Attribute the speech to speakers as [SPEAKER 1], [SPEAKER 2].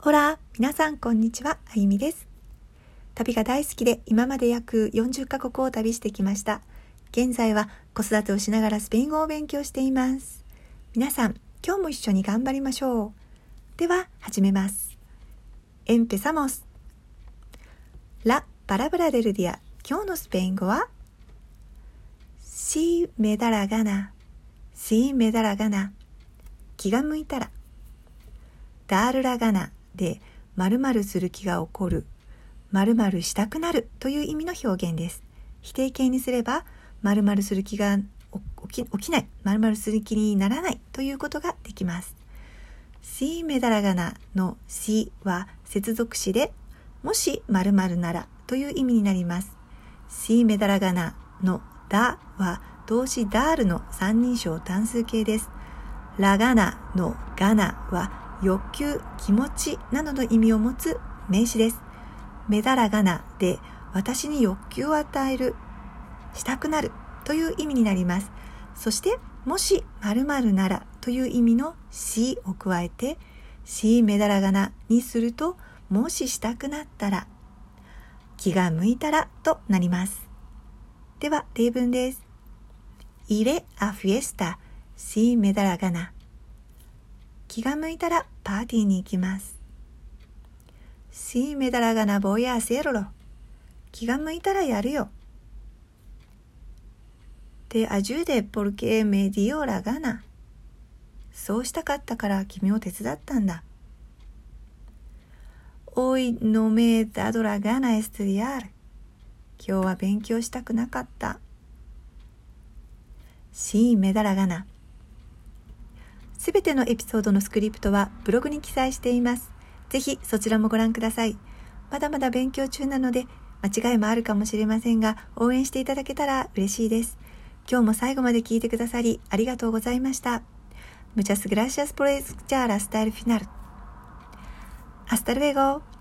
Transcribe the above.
[SPEAKER 1] ほら、皆さんこんにちは、あゆみです。旅が大好きで今まで約40カ国を旅してきました。現在は子育てをしながらスペイン語を勉強しています。皆さん、今日も一緒に頑張りましょう。では、始めます。Empezamos. La palabra del día. 今日のスペイン語はSi me da la gana. Si me da la gana. 気が向いたら。dar la gana.で〇〇する気が起こる、〇〇したくなるという意味の表現です。否定形にすれば〇〇する気が起きない、〇〇する気にならないということができます。Si me da la ganaのsiは接続詞でもし〇〇ならという意味になります。Si me da la ganaのdaは動詞darの三人称単数形です。La ganaの gana は欲求、気持ちなどの意味を持つ名詞です。めだらがなで私に欲求を与える、したくなるという意味になります。そしてもし〇〇ならという意味のしを加えてしめだらがなにするともししたくなったら、気が向いたらとなります。では例文です。Iré a fiesta si me da la gana。気が向いたらパーティーに行きます。Si me da la gana voy a hacerlo。気が向いたらやるよ。Te ayude porque me dio la gana。そうしたかったから君を手伝ったんだ。Hoy no me he dado la gana estudiar。今日は勉強したくなかった。Si me da la gana。すべてのエピソードのスクリプトはブログに記載しています。ぜひそちらもご覧ください。まだまだ勉強中なので間違いもあるかもしれませんが、応援していただけたら嬉しいです。今日も最後まで聞いてくださりありがとうございました。Muchas gracias por escuchar hasta el final. Hasta luego.